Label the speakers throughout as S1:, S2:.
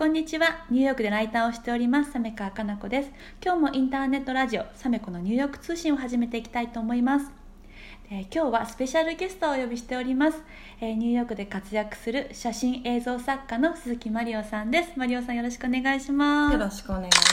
S1: こんにちは。ニューヨークでライターをしております鮫川かな子です。今日もインターネットラジオサメコのニューヨーク通信を始めていきたいと思います。今日はスペシャルゲストをお呼びしております。ニューヨークで活躍する写真映像作家の鈴木まりおさんです。まりおさん、よろしくお願いします。
S2: よろしくお願いします。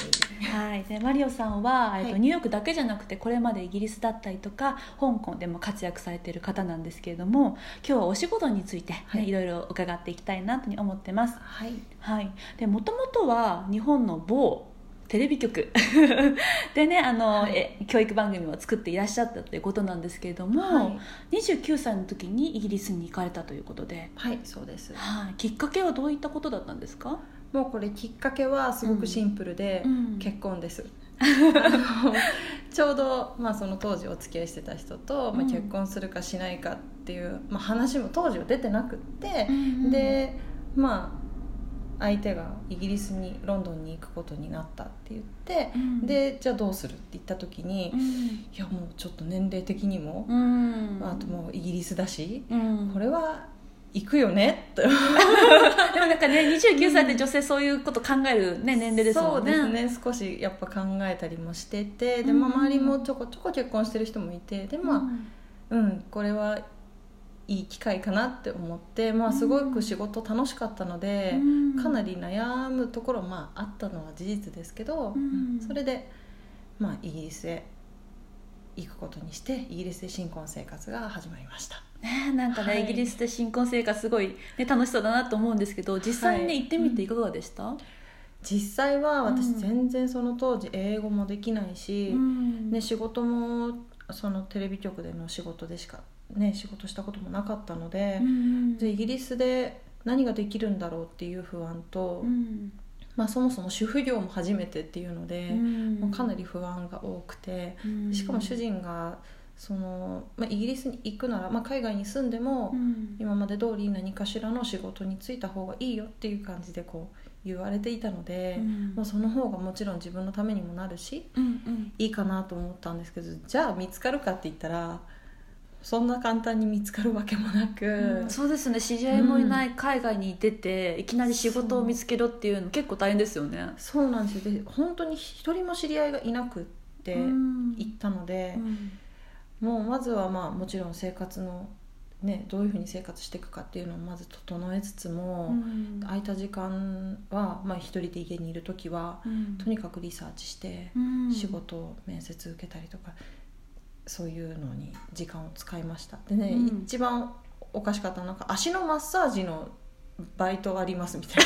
S1: はい、でマリオさんは、
S2: はい、
S1: ニューヨークだけじゃなくてこれまでイギリスだったりとか香港でも活躍されている方なんですけれども、今日はお仕事について、いろいろ伺っていきたいなと思ってます。
S2: はい
S1: はい、でもともとは日本の某テレビ局でね、教育番組を作っていらっしゃったということなんですけれども、29歳の時にイギリスに行かれたということで。
S2: はい、そうです。
S1: きっかけはどういったことだったんですか？
S2: もうこれきっかけはすごくシンプルで、結婚です。ちょうど、その当時お付き合いしてた人と、結婚するかしないかっていう、話も当時は出てなくって、で相手がイギリスにロンドンに行くことになったって言って、でじゃあどうするって言った時に、いやもうちょっと年齢的にも、あともうイギリスだし、これは行くよねってでも
S1: なんかね、29歳で女性そういうこと考える、年齢ですもんね。
S2: そうですね、少しやっぱ考えたりもしてて、で、周りもちょこちょこ結婚してる人もいて、でこれはいい機会かなって思って、すごく仕事楽しかったので、かなり悩むところあったのは事実ですけど、それでイギリスへ行くことにして、イギリスで新婚生活が始まりました。
S1: なんかね、イギリスで新婚生活すごい、楽しそうだなと思うんですけど、実際に、行ってみていかがでした？
S2: 実際は私全然その当時英語もできないし、仕事もそのテレビ局での仕事でしか仕事したこともなかったので、イギリスで何ができるんだろうっていう不安と、そもそも主婦業も初めてっていうので、かなり不安が多くて、しかも主人がイギリスに行くなら、海外に住んでも、今まで通り何かしらの仕事に就いた方がいいよっていう感じで言われていたので、その方がもちろん自分のためにもなるし、いいかなと思ったんですけど、じゃあ見つかるかって言ったらそんな簡単に見つかるわけもなく、
S1: そうですね、知り合いもいない海外に出て、いきなり仕事を見つけろっていうの結構大変ですよね。
S2: そうなんですよ。で本当に一人も知り合いがいなくって行ったので、もうまずはもちろん生活のどういうふうに生活していくかっていうのをまず整えつつも、空いた時間は、一人で家にいる時は、とにかくリサーチして、仕事面接受けたりとか、そういうのに時間を使いました。でね、一番おかしかったのが、足のマッサージのバイトありますみたい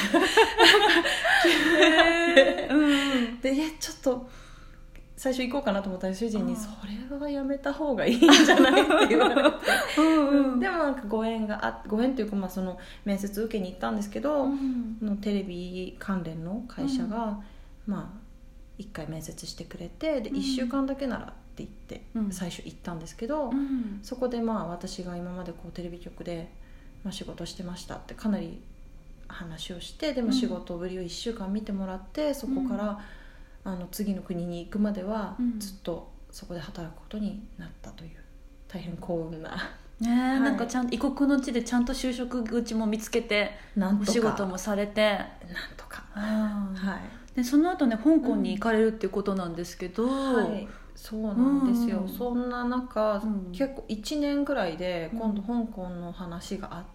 S2: なでちょっと最初行こうかなと思ったら、主人にそれはやめた方がいいんじゃないって言われてでもご縁というか、その面接受けに行ったんですけど、テレビ関連の会社が、1回面接してくれて、で1週間だけならって言って最初行ったんですけど、そこで私が今までテレビ局で仕事してましたってかなり話をして、でも仕事ぶりを1週間見てもらって、そこから次の国に行くまではずっとそこで働くことになったという、大変幸運な
S1: なんかちゃんと異国の地でちゃんと就職口も見つけて、お仕事もされて、
S2: なんとか
S1: でその後ね、香港に行かれるっていうことなんですけど、
S2: そうなんですよ。そんな中、結構1年ぐらいで今度香港の話があって、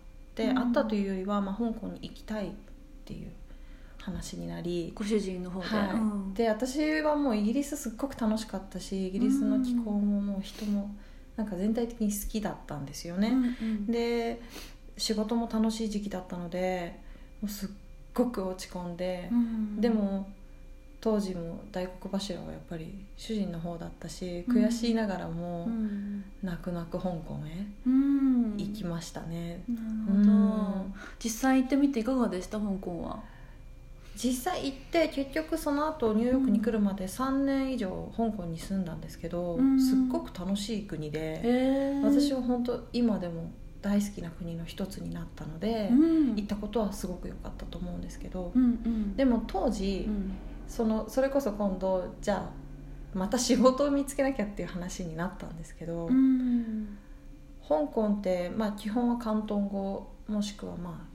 S2: あったというよりは、香港に行きたいっていう話になり、
S1: ご主人の方で、
S2: で私はもうイギリスすっごく楽しかったし、イギリスの気候ももう人もなんか全体的に好きだったんですよね。で仕事も楽しい時期だったので、もうすっごく落ち込んで、でも当時も大黒柱はやっぱり主人の方だったし、悔しいながらも泣く泣く香港へ行きましたね。
S1: なるほど。実際行ってみていかがでした？香港は。
S2: 実際行って結局その後ニューヨークに来るまで3年以上香港に住んだんですけど、すっごく楽しい国で、私は本当今でも大好きな国の一つになったので、行ったことはすごく良かったと思うんですけど、でも当時、それこそ今度じゃあまた仕事を見つけなきゃっていう話になったんですけど、香港って、基本は広東語もしくは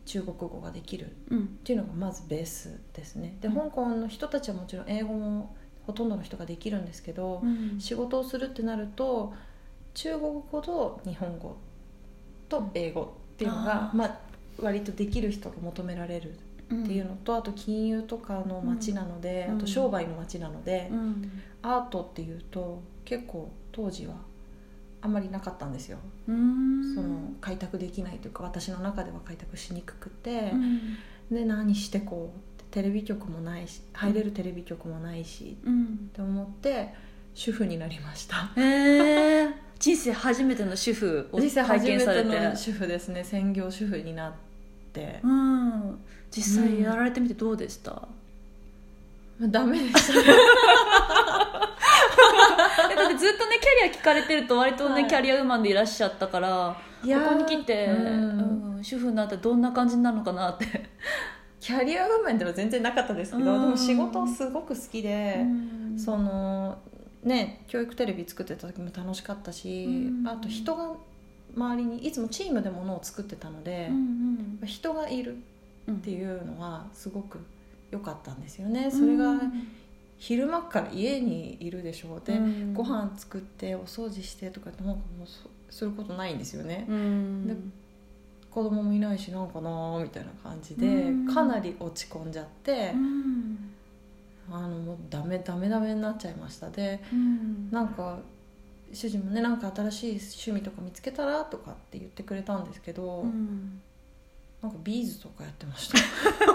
S2: 中国語ができるっていうのがまずベースですね。で、香港の人たちはもちろん英語もほとんどの人ができるんですけど、仕事をするってなると中国語と日本語と英語っていうのが、割とできる人が求められるっていうのと、あと金融とかの街なので、あと商売の街なので、アートっていうと結構当時はあんまりなかったんですよ。その開拓できないというか、私の中では開拓しにくくて、で何してこう、テレビ局もないし、入れるテレビ局もないし、って思って主婦になりました。
S1: 人生初めての主婦を体験されて。
S2: 人生初めての主婦ですね。専業主婦になって、
S1: 実際やられてみてどうでした？
S2: ダメでした
S1: だってずっとねキャリア聞かれてると割とね、キャリアウーマンでいらっしゃったから、ここに来て、主婦になったらどんな感じになるのかなって
S2: キャリアウーマンでは全然なかったですけど、でも仕事すごく好きで、そのね、教育テレビ作ってた時も楽しかったし、あと人が周りにいつもチームでものを作ってたので、人がいるっていうのはすごく良かったんですよね。それが昼間から家にいるでしょう。で、ご飯作ってお掃除してとかってなんかもうすることないんですよね。で、子供もいないしなんかなみたいな感じで、かなり落ち込んじゃって、もうダメになっちゃいました。で、なんか主人もね、なんか新しい趣味とか見つけたらとかって言ってくれたんですけど、なんかビーズとかやってました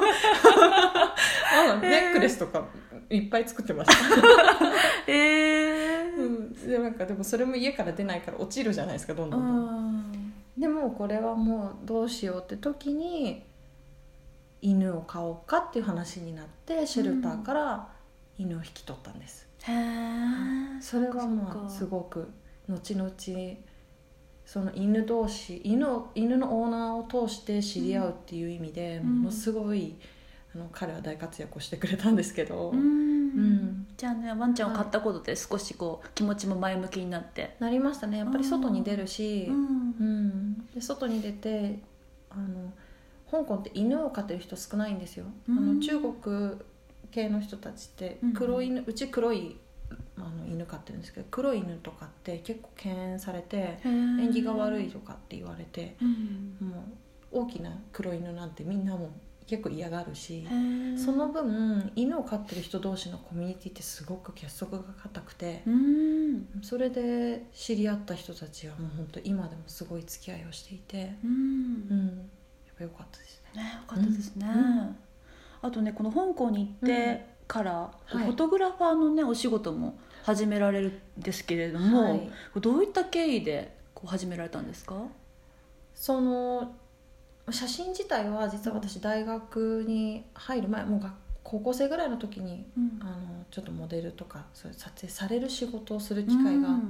S2: ネックレスとかいっぱい作ってましたで、なんかでもそれも家から出ないから落ちるじゃないですか、どんどん。でもこれはもうどうしようって時に犬を飼おうかっていう話になって、シェルターから犬を引き取ったんです。それはもうすごく後々その犬同士、犬のオーナーを通して知り合うっていう意味で、ものすごい彼は大活躍をしてくれたんですけど、
S1: じゃあね、ワンちゃんを飼ったことで少しこう気持ちも前向きにな
S2: りましたね。やっぱり外に出るし、で外に出て香港って犬を飼ってる人少ないんですよ。中国系の人たちって黒犬、うち黒い犬飼ってるんですけど、黒い犬とかって結構敬遠されて縁起が悪いとかって言われて、もう大きな黒犬なんてみんなも結構嫌がるし、その分犬を飼ってる人同士のコミュニティってすごく結束が固くて、それで知り合った人たちはもう本当今でもすごい付き合いをしていて、やっぱ良かったですね。
S1: 良かったですね。あとね、この香港に行ってから、フォトグラファーのねお仕事も始められるんですけれども、どういった経緯でこう始められたんですか？
S2: その写真自体は実は私大学に入る前、もう高校生ぐらいの時に、ちょっとモデルとかそういう撮影される仕事をする機会があって、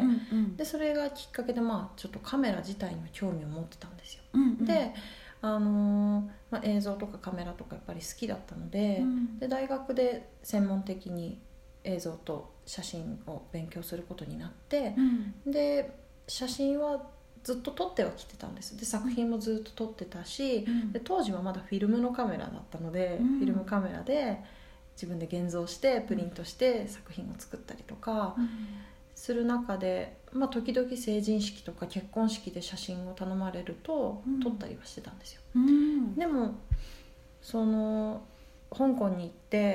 S2: でそれがきっかけで、ちょっとカメラ自体には興味を持ってたんですよ。で映像とかカメラとかやっぱり好きだったので、で大学で専門的に映像と写真を勉強することになって、で写真はずっと撮ってはきてたんです。で作品もずっと撮ってたし、で当時はまだフィルムのカメラだったので、フィルムカメラで自分で現像してプリントして作品を作ったりとかする中で、時々成人式とか結婚式で写真を頼まれると撮ったりはしてたんですよ。でもその香港に行って、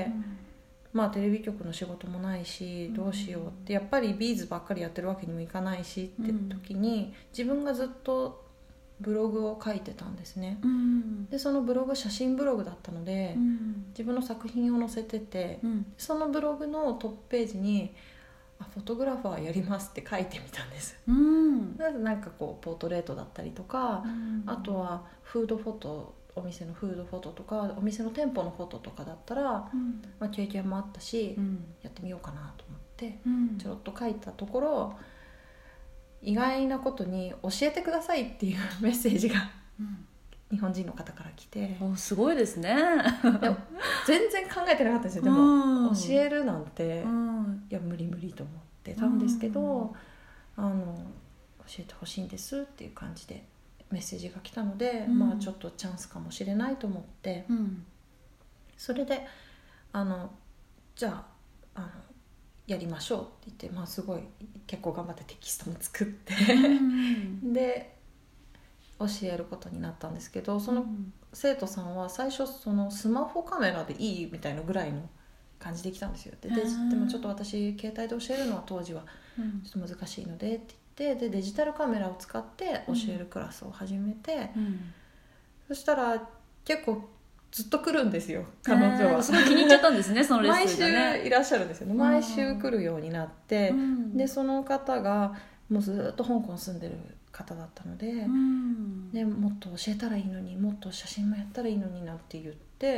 S2: テレビ局の仕事もないしどうしようって、やっぱりビーズばっかりやってるわけにもいかないしって時に、自分がずっとブログを書いてたんですね。でそのブログ写真ブログだったので、自分の作品を載せてて、そのブログのトップページにフォトグラファーやりますって書いてみたんです。なんかこうポートレートだったりとか、あとはフードフォト、お店のフードフォトとかお店の店舗のフォトとかだったら、経験もあったし、やってみようかなと思って、ちょろっと書いたところ、意外なことに教えてくださいっていうメッセージが、日本人の方から来て、
S1: すごいですね。
S2: でも全然考えてなかったんですよ。でも教えるなんて、いや無理と思ってたんですけど、教えてほしいんですっていう感じでメッセージが来たので、ちょっとチャンスかもしれないと思って、それでじゃあやりましょうって言って、すごい結構頑張ってテキストも作ってで教えることになったんですけど、その生徒さんは最初そのスマホカメラでいいみたいなぐらいの感じで来たんですよ。でもちょっと私携帯で教えるのは当時はちょっと難しいのでって言って、でデジタルカメラを使って教えるクラスを始めて、そしたら結構ずっと来るんですよ、彼女は。
S1: すごい気に入っちゃったんですねそのレッスンがね。
S2: 毎週いらっしゃるんですよね。毎週来るようになって、でその方がもうずっと香港住んでる方だったので、でもっと教えたらいいのに、もっと写真もやったらいいのになって言って、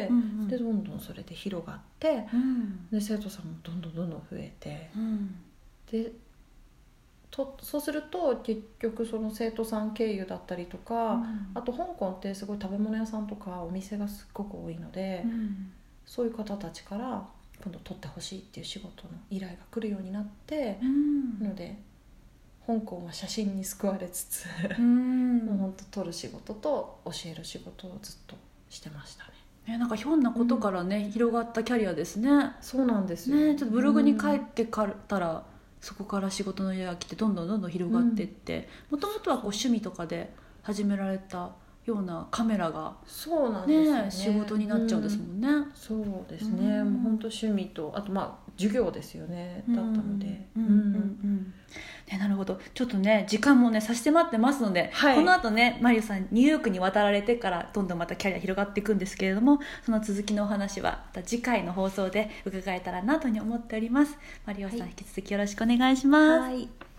S2: でどんどんそれで広がって、で生徒さんもどんどん増えて、でそうすると結局その生徒さん経由だったりとか、あと香港ってすごい食べ物屋さんとかお店がすっごく多いので、そういう方たちから今度撮ってほしいっていう仕事の依頼が来るようになって、ので香港は写真に救われつつもう本当撮る仕事と教える仕事をずっとしてましたね。
S1: なんかひょんなことからね、広がったキャリアですね。
S2: そうなんですよ、
S1: ちょっとブログに書いてから、そこから仕事の依頼が来てどんどん広がっていって、もともとは趣味とかで始められたようなカメラが、
S2: そうなんですよね、
S1: 仕事になっちゃうんですもんね。
S2: そうですね、もう本当趣味とあと授業ですよね、だったので。
S1: なるほど。ちょっとね時間もね差し迫ってますので、この後ねマリオさんニューヨークに渡られてからどんどんまたキャリア広がっていくんですけれども、その続きのお話はまた次回の放送で伺えたらなというふうに思っております。マリオさん、引き続きよろしくお願いします。